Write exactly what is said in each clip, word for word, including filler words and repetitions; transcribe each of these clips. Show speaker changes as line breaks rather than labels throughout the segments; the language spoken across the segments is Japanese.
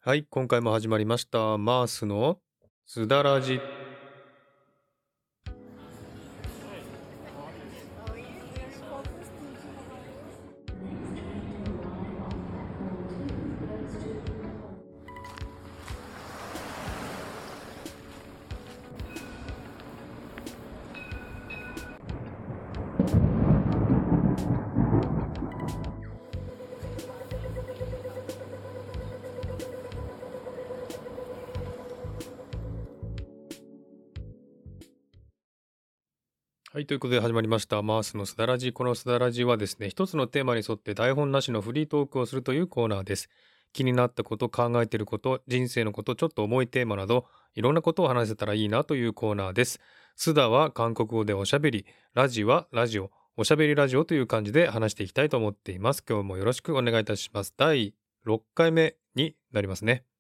はい、今回も始まりました。マースのすだらじ。はい、ということで始まりました。マースのすだらじ。このすだらじはですね、一つのテーマに沿って台本なしのフリートークをするというコーナーです。気になったこと、考えていること、人生のこと、ちょっと重いテーマなど、いろんなことを話せたらいいなというコーナーです。すだは韓国語でおしゃべり、ラジはラジオ、おしゃべりラジオという感じで話していきたいと思っています。今日もよろしくお願いいたします。だいろっかいめになりますね。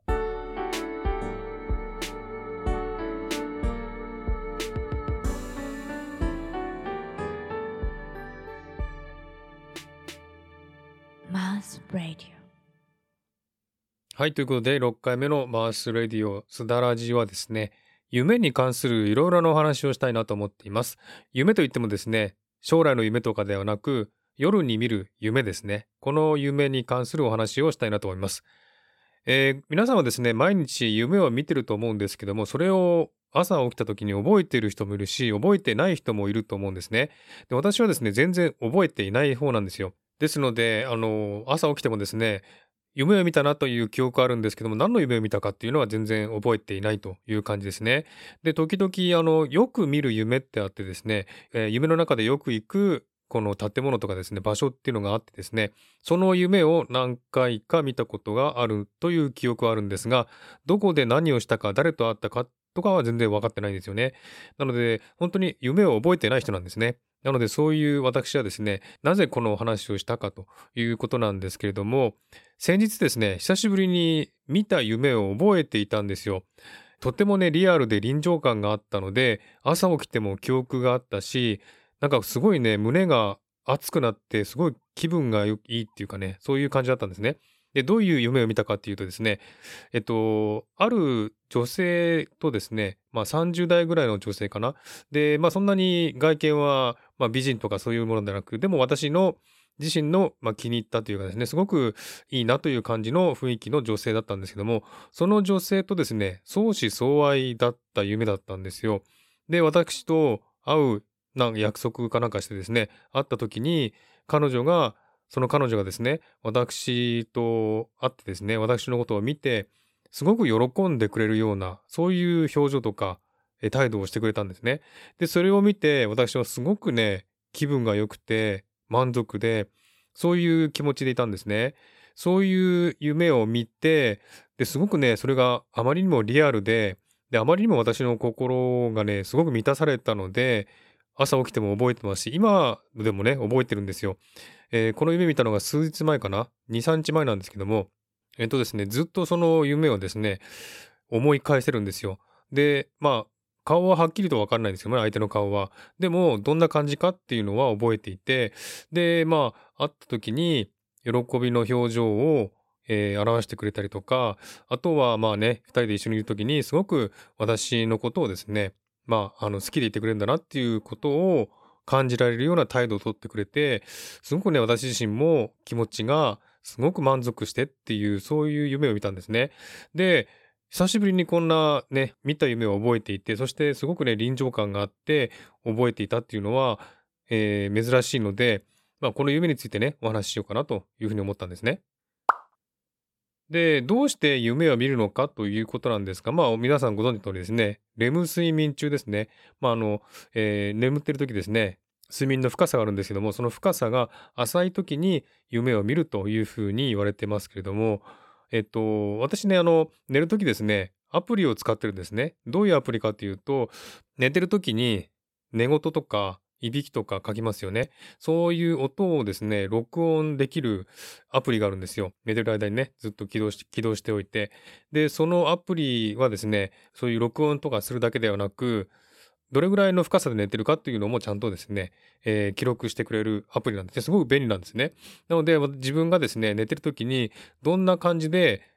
Mars Radio。
はい、ということでろっかいめのマースレディオすだらじはですね、夢に関するいろいろなお話をしたいなと思っています。夢といってもですね、将来の夢とかではなく、夜に見る夢ですね。この夢に関するお話をしたいなと思います。えー皆さんはですね、毎日夢を見てると思うんですけども、それを朝起きた時に覚えている人もいるし、覚えてない人もいると思うんですね。で、私はですね、全然覚えていない方なんですよ。ですので、あの、朝起きてもですね、夢を見たなという記憶はあるんですけども、何の夢を見たかっていうのは全然覚えていないという感じですね。で、時々、あの、よく見る夢ってあってですね、えー夢の中でよく行く、この建物とかですね、場所っていうのがあってですね、その夢を何回か見たことがあるという記憶はあるんですが、どこで何をしたか、誰と会ったかとかは全然分かってないんですよね。なので、本当に夢を覚えてない人なんですね。なので、そういう私はですね、なぜこのお話をしたかということなんですけれども、先日ですね、久しぶりに見た夢を覚えていたんですよ。とてもね、リアルで臨場感があったので、朝起きても記憶があったし、なんかすごいね、胸が熱くなって、すごい気分がよいいっていうかね、そういう感じだったんですね。で、どういう夢を見たかっていうとですね、えっと、ある女性とですね、まあさんじゅう代ぐらいの女性かな。で、まあそんなに外見は、まあ美人とかそういうものではなく、でも私の自身の、まあ、気に入ったというかですね、すごくいいなという感じの雰囲気の女性だったんですけども、その女性とですね、相思相愛だった夢だったんですよ。で、私と会うなんか約束かなんかしてですね、会った時に、彼女が、その彼女がですね、私と会ってですね、私のことを見て、すごく喜んでくれるような、そういう表情とか、え態度をしてくれたんですね。で、それを見て、私はすごくね、気分が良くて、満足で、そういう気持ちでいたんですね。そういう夢を見て、で、すごくね、それがあまりにもリアルで、で、あまりにも私の心がね、すごく満たされたので、朝起きても覚えてますし、今でもね、覚えてるんですよ。えーこの夢見たのが数日前かな ?に、さんにちまえなんですけども、えっとですね、ずっとその夢をですね、思い返せるんですよ。で、まあ、顔ははっきりとわかんないんですけどね、相手の顔は。でも、どんな感じかっていうのは覚えていて、で、まあ、会った時に、喜びの表情を、えー表してくれたりとか、あとはまあね、二人で一緒にいる時に、すごく私のことをですね、まあ、あの、好きでいてくれるんだなっていうことを感じられるような態度をとってくれて、すごくね、私自身も気持ちがすごく満足してっていう、そういう夢を見たんですね。で、久しぶりにこんなね、見た夢を覚えていて、そしてすごくね、臨場感があって覚えていたっていうのは、えー珍しいので、まあ、この夢についてね、お話ししようかなというふうに思ったんですね。で、どうして夢を見るのかということなんですが、まあ、皆さんご存知の通りですね、レム睡眠中ですね。まあ、あの、えー眠ってる時ですね、睡眠の深さがあるんですけども、その深さが浅い時に夢を見るというふうに言われてますけれども、えっと、私ね、あの、寝る時ですね、アプリを使ってるんですね。どういうアプリかっていうと、寝てる時に寝言とか、いびきとか書きますよね。そういう音をですね、録音できるアプリがあるんですよ。寝てる間にね、ずっと起動し起動しておいて。で、そのアプリはですね、そういう録音とかするだけではなく、どれぐらいの深さで寝てるかっていうのもちゃんとですね、えー記録してくれるアプリなんですね。すごく便利なんですね。なので、わ自分がですね、寝てる時にどんな感じで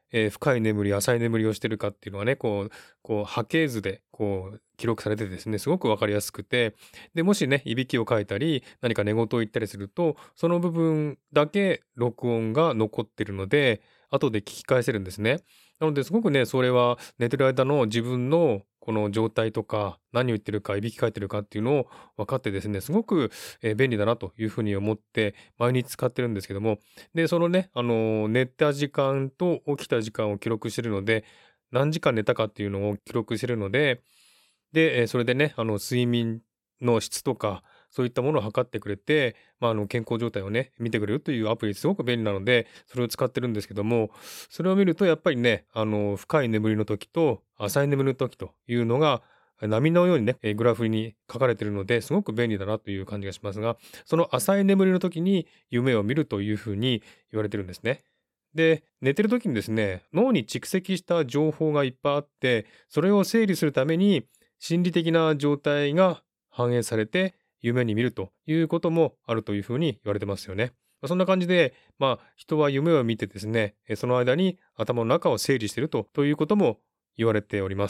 えー深い眠り、浅い眠りをしてるかっていうのはね、こうこう波形図でこう記録されてですね、すごくわかりやすくて、で、もしね、いびきをかいたり、何か寝言を言ったりすると、その部分だけ録音が残ってるので、後で聞き返せるんですね。なので、すごくね、それは寝てる間の自分のこの状態とか、何を言ってるか、いびきかいてるかっていうのを分かってですね、すごく、えー便利だなというふうに思って、毎日使ってるんですけども、で、そのね、あのー寝た時間と起きた時間を記録してるので、何時間寝たかっていうのを記録してるので、で、えーそれでね、あの、睡眠の質とか、そういったものを測ってくれて、まあ、あの、健康状態をね、見てくれるというアプリすごく便利なので、それを使ってるんですけども、それを見るとやっぱりね、あの、深い眠りの時と浅い眠りの時というのが、波のようにね、えーグラフに書かれているので、すごく便利だなという感じがしますが、その浅い眠りの時に夢を見るというふうに言われてるんですね。で、寝てる時にですね、脳に蓄積した情報がいっぱいあって、それを整理するために心理的な状態が反映されて夢に見るということもあるというふうに言われてますよね。まあそんな感じで、まあ人は夢を見てですね、えその間に頭の中を整理していると、ということも言われております。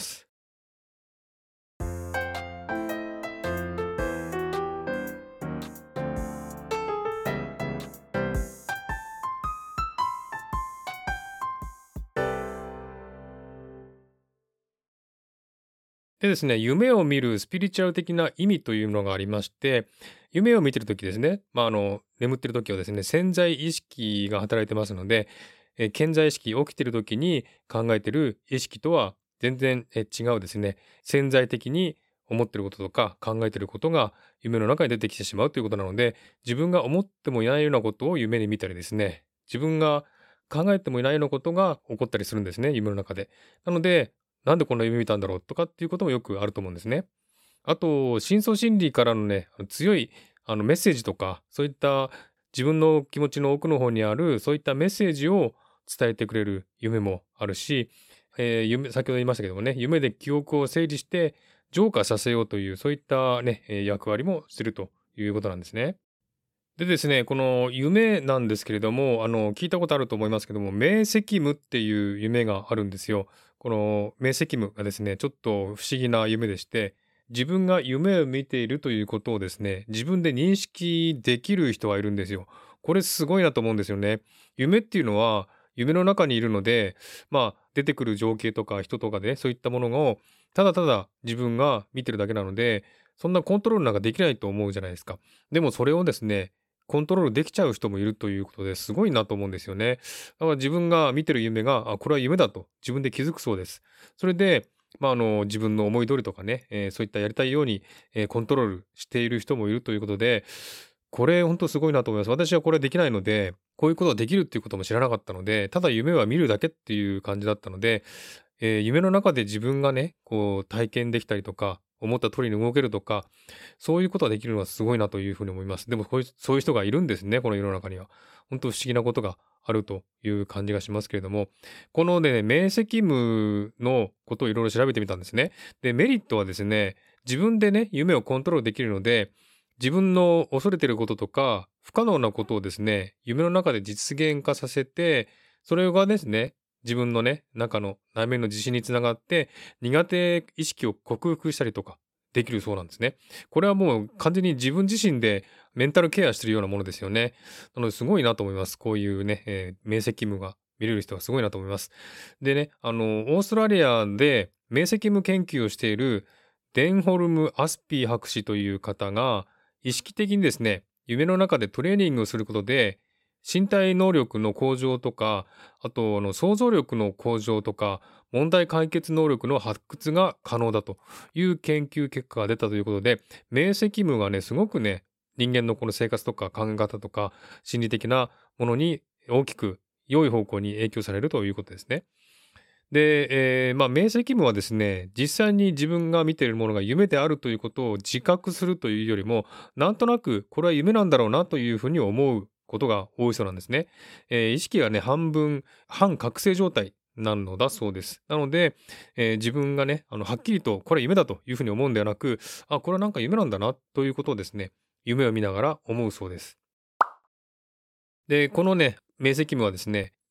でですね、夢を見るスピリチュアル的な意味というのがありまして、夢を見てるときですね、まあ、あの、眠ってるときはですね、潜在意識が働いてますので、えー潜在意識、起きてるときに考えてる意識とは全然えー違うですね、潜在的に思ってることとか考えてることが夢の中に出てきてしまうということなので、自分が思ってもいないようなことを夢に見たりですね、自分が考えてもいないようなことが起こったりするんですね、夢の中で。なので、なんでこんな夢見たんだろうとかっていうこともよくあると思うんですね。あと、深層心理からのね、あの強いあのメッセージとか、そういった自分の気持ちの奥の方にある、そういったメッセージを伝えてくれる夢もあるし、えー夢、先ほど言いましたけどもね、夢で記憶を整理して浄化させようという、そういったね、えー役割もするということなんですね。でですね、この夢なんですけれども、あの、聞いたことあると思いますけども、明晰夢っていう夢があるんですよ。この明晰夢がですね、ちょっと不思議な夢でして、自分が夢を見ているということをですね、自分で認識できる人がいるんですよ。これすごいなと思うんですよね。夢っていうのは、夢の中にいるので、まあ、出てくる情景とか人とかで、そういったものを、ただただ自分が見てるだけなので、そんなコントロールなんかできないと思うじゃないですか。でもそれをですね、コントロールできちゃう人もいるということですごいなと思うんですよね。だから自分が見てる夢が、あ、これは夢だと自分で気づくそうです。それで、まあ、あの、自分の思い通りとかね、えーそういったやりたいように、えーコントロールしている人もいるということで、これ本当すごいなと思います。私はこれできないので、こういうことができるっていうことも知らなかったので、ただ夢は見るだけっていう感じだったので、えー夢の中で自分がね、こう体験できたりとか、思った通りに動けるとか、そういうことができるのはすごいなというふうに思います。でもこういうそういう人がいるんですね、この世の中には。本当不思議なことがあるという感じがしますけれども、このね、明晰夢のことをいろいろ調べてみたんですね。で、メリットはですね、自分でね、夢をコントロールできるので、自分の恐れてることとか、不可能なことをですね、夢の中で実現化させて、それがですね、自分のね、中の内面の自信につながって、苦手意識を克服したりとかできるそうなんですね。これはもう完全に自分自身でメンタルケアしてるようなものですよね。なのですごいなと思います。こういうね、えー明晰夢が見れる人はすごいなと思います。でね、あの、オーストラリアで明晰夢研究をしているデンホルム・アスピー博士という方が、意識的にですね、夢の中でトレーニングをすることで、身体能力の向上とか、あと、あの、想像力の向上とか、問題解決能力の発掘が可能だという研究結果が出たということで、明晰夢がね、すごくね、人間のこの生活とか考え方とか、心理的なものに大きく良い方向に影響されるということですね。で、えーまあ、明晰夢はですね、実際に自分が見ているものが夢であるということを自覚するというよりも、なんとなくこれは夢なんだろうなというふうに思うことが多いそうなんですね。えー意識がね、半分、半覚醒状態なのだそうです。なので、えー自分がね、あの、はっきりとこれは夢だというふうに思うんではなく、あ、これはなんか夢なんだなということをですね、夢を見ながら思うそうです。で、このね、明晰夢はですね、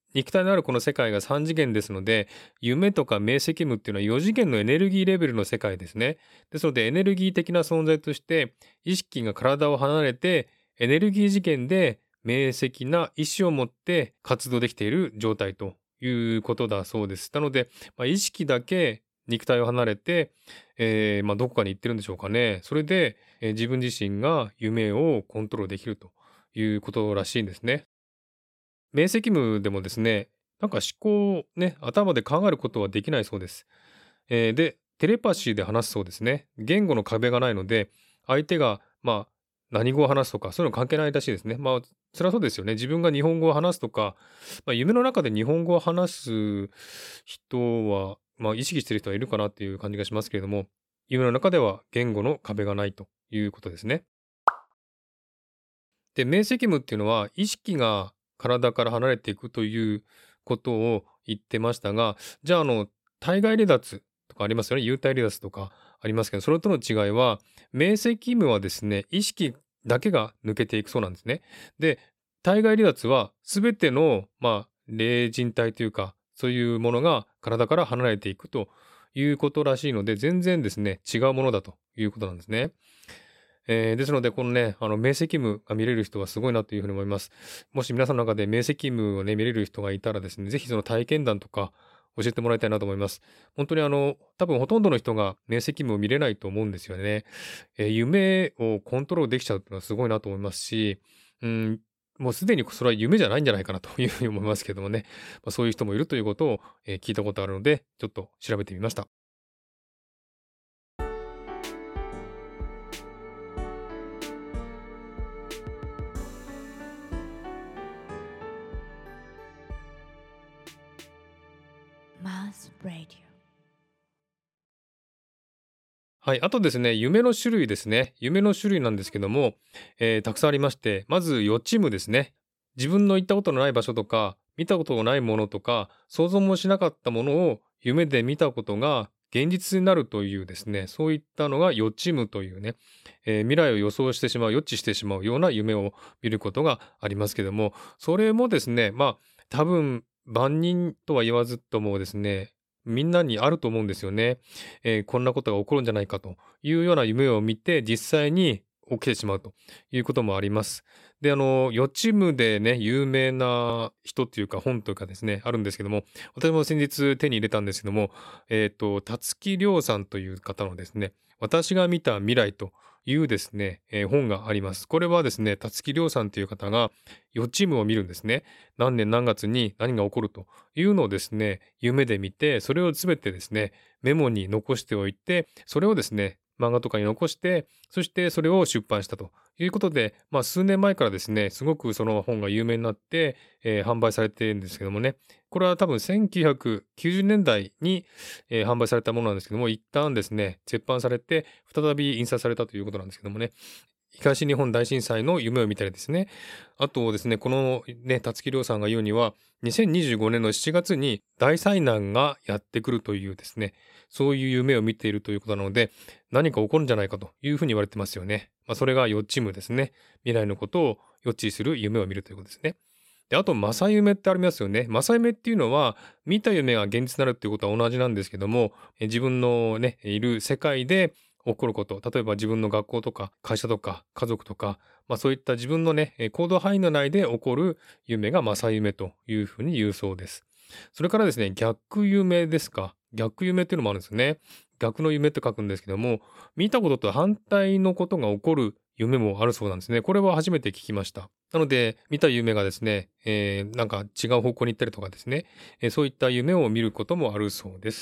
肉体のあるこの世界がさん次元ですので、夢とか明晰夢っていうのはよ次元のエネルギーレベルの世界ですね。ですのでエネルギー的な存在として、意識が体を離れてエネルギー次元で明晰な意志を持って活動できている状態ということだそうです。なので、まあ、意識だけ肉体を離れて、えーまあ、どこかに行ってるんでしょうかね。それで、えー自分自身が夢をコントロールできるということらしいんですね。明晰夢でもですね、なんか思考をね、頭で考えることはできないそうです。えーで、テレパシーで話すそうですね。言語の壁がないので、相手が、まあ、何語を話すとか、そういうの関係ないらしいですね。まあ、辛そうですよね。自分が日本語を話すとか、まあ、夢の中で日本語を話す人は、まあ、意識してる人はいるかなっていう感じがしますけれども、夢の中では言語の壁がないということですね。で、明晰夢っていうのは、意識が体から離れていくということを言ってましたが、じゃあ、あの、体外離脱とかありますよね。幽体離脱とかありますけど、それとの違いは、明晰夢はですね、意識だけが抜けていくそうなんですね。で、体外離脱は全ての、まあ、霊人体というか、そういうものが体から離れていくということらしいので、全然ですね、違うものだということなんですね。えーですので、このね、あの、明晰夢が見れる人はすごいなというふうに思います。もし皆さんの中で明晰夢をね、見れる人がいたらですね、ぜひその体験談とか教えてもらいたいなと思います。本当にあの、多分ほとんどの人が明晰夢を見れないと思うんですよね。えー夢をコントロールできちゃうっていうのはすごいなと思いますし、うん、もうすでにそれは夢じゃないんじゃないかなというふうに思いますけどもね、まあ、そういう人もいるということを、えー聞いたことあるので、ちょっと調べてみました。
Mars Radio.
はい。あとですね、夢の種類ですね。夢の種類なんですけども、えーたくさんありまして、まず予知夢ですね。自分の行ったことのない場所とか、見たことのないものとか、想像もしなかったものを夢で見たことが現実になるというですね、そういったのが予知夢というね、えー未来を予想してしまう、予知してしまうような夢を見ることがありますけども、それもですね、まあ、多分、万人とは言わずともですね、みんなにあると思うんですよね。えーこんなことが起こるんじゃないかというような夢を見て、実際に起きてしまうということもあります。で、あの、予知夢でね、有名な人っていうか本というかですね、あるんですけども、私も先日手に入れたんですけども、えっと、辰木亮さんという方のですね、私が見た未来というですね、えー本があります。これはですね、辰木亮さんという方が予知夢を見るんですね。何年何月に何が起こるというのをですね、夢で見て、それをすべてですね、メモに残しておいて、それをですね、漫画とかに残して、そしてそれを出版したということで、まあ数年前からですね、すごくその本が有名になって、えー販売されているんですけどもね、これは多分せんきゅうひゃくきゅうじゅうねんだいに、えー販売されたものなんですけども、一旦ですね、絶版されて、再び印刷されたということなんですけどもね、東日本大震災の夢を見たりですね。あとですね、このね、辰木亮さんが言うには、にせんにじゅうごねんのしちがつに大災難がやってくるというですね、そういう夢を見ているということなので、何か起こるんじゃないかというふうに言われてますよね。まあ、それが予知夢ですね。未来のことを予知する夢を見るということですね。で、あと、正夢ってありますよね。正夢っていうのは、見た夢が現実になるっていうことは同じなんですけども、え自分のね、いる世界で起こること、例えば自分の学校とか会社とか家族とか、まあそういった自分のね、え行動範囲の内で起こる夢が正夢というふうに言うそうです。それからですね、逆夢ですか。逆夢っていうのもあるんですよね。逆の夢って書くんですけども、見たことと反対のことが起こる夢もあるそうなんですね。これは初めて聞きました。なので、見た夢がですね、えーなんか違う方向に行ったりとかですね、えーそういった夢を見ることもあるそうです。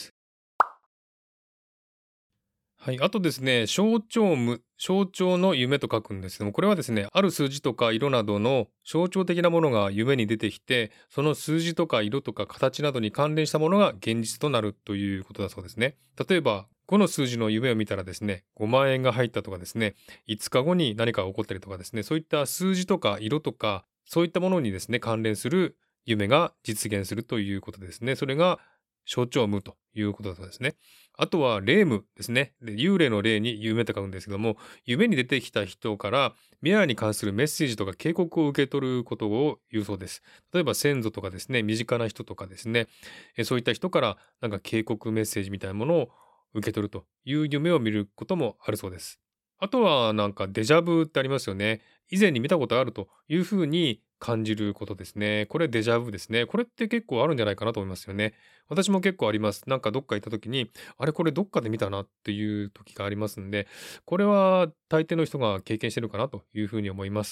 はい。あとですね、象徴夢、象徴の夢と書くんですけども、これはですね、ある数字とか色などの象徴的なものが夢に出てきて、その数字とか色とか形などに関連したものが現実となるということだそうですね。例えば、ごの数字の夢を見たらですね、ごまん円が入ったとかですね、いつかごに何かが起こったりとかですね、そういった数字とか色とか、そういったものにですね、関連する夢が実現するということですね。それが象徴無ということだとですね。あとは霊夢ですね。で幽霊の霊に夢と書くんですけども、夢に出てきた人から未来に関するメッセージとか警告を受け取ることを言うそうです。例えば先祖とかですね、身近な人とかですね、えそういった人からなんか警告メッセージみたいなものを受け取るという夢を見ることもあるそうです。あとはなんかデジャブってありますよね。以前に見たことあるというふうに感じることですね。これデジャブですね。これって結構あるんじゃないかなと思いますよね。私も結構あります。なんかどっか行った時に、あれこれどっかで見たなっていう時がありますんで、これは大抵の人が経験してるかなというふうに思います。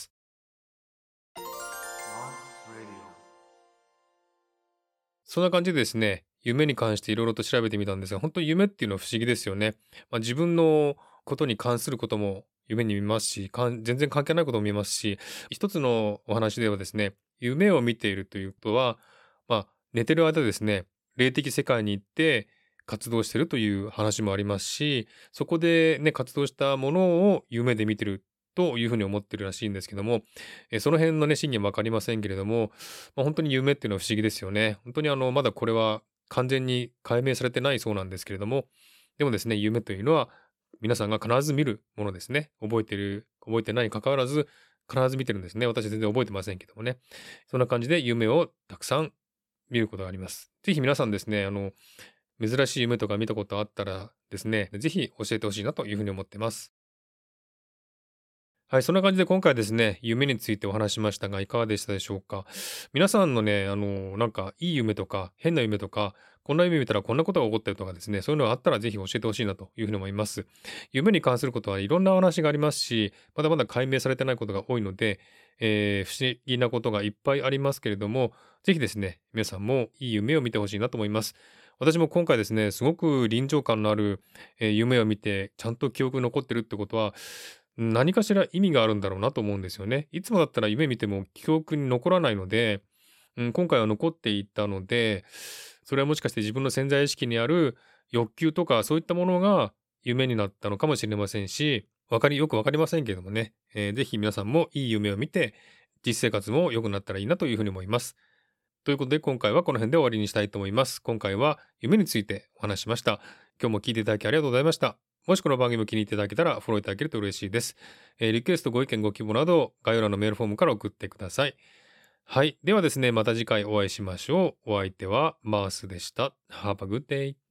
そんな感じでですね、夢に関していろいろと調べてみたんですが、本当に夢っていうのは不思議ですよね。まあ、自分のことに関することも夢に見ますし、かん全然関係ないことも見ますし、一つのお話ではですね、夢を見ているということは、まあ、寝てる間ですね、霊的世界に行って活動してるという話もありますし、そこでね、活動したものを夢で見てるというふうに思ってるらしいんですけども、え、その辺のね、真偽は分かりませんけれども、まあ、本当に夢っていうのは不思議ですよね。本当にあの、まだこれは完全に解明されてないそうなんですけれども、でもですね、夢というのは皆さんが必ず見るものですね。覚えてる、覚えてないに関わらず、必ず見てるんですね。私全然覚えてませんけどもね。そんな感じで夢をたくさん見ることがあります。ぜひ皆さんですね、あの、珍しい夢とか見たことあったらですね、ぜひ教えてほしいなというふうに思ってます。はい、そんな感じで今回ですね、夢についてお話しましたが、いかがでしたでしょうか。皆さんのね、あの、なんかいい夢とか、変な夢とか、こんな夢見たらこんなことが起こってるとかですね、そういうのがあったらぜひ教えてほしいなというふうに思います。夢に関することはいろんなお話がありますし、まだまだ解明されてないことが多いので、えー不思議なことがいっぱいありますけれども、ぜひですね、皆さんもいい夢を見てほしいなと思います。私も今回ですね、すごく臨場感のある、えー夢を見て、ちゃんと記憶に残ってるってことは、何かしら意味があるんだろうなと思うんですよね。いつもだったら夢見ても記憶に残らないので、うん、今回は残っていたので、それはもしかして自分の潜在意識にある欲求とかそういったものが夢になったのかもしれませんし、わかり、よくわかりませんけどもね、えーぜひ皆さんもいい夢を見て、実生活も良くなったらいいなというふうに思います。ということで今回はこの辺で終わりにしたいと思います。今回は夢についてお話ししました。今日も聞いていただきありがとうございました。もしこの番組を気に入っていただけたらフォローいただけると嬉しいです。えーリクエスト、ご意見、ご希望など概要欄のメールフォームから送ってください。はい。ではですね、また次回お会いしましょう。お相手はマースでした。Have a good day.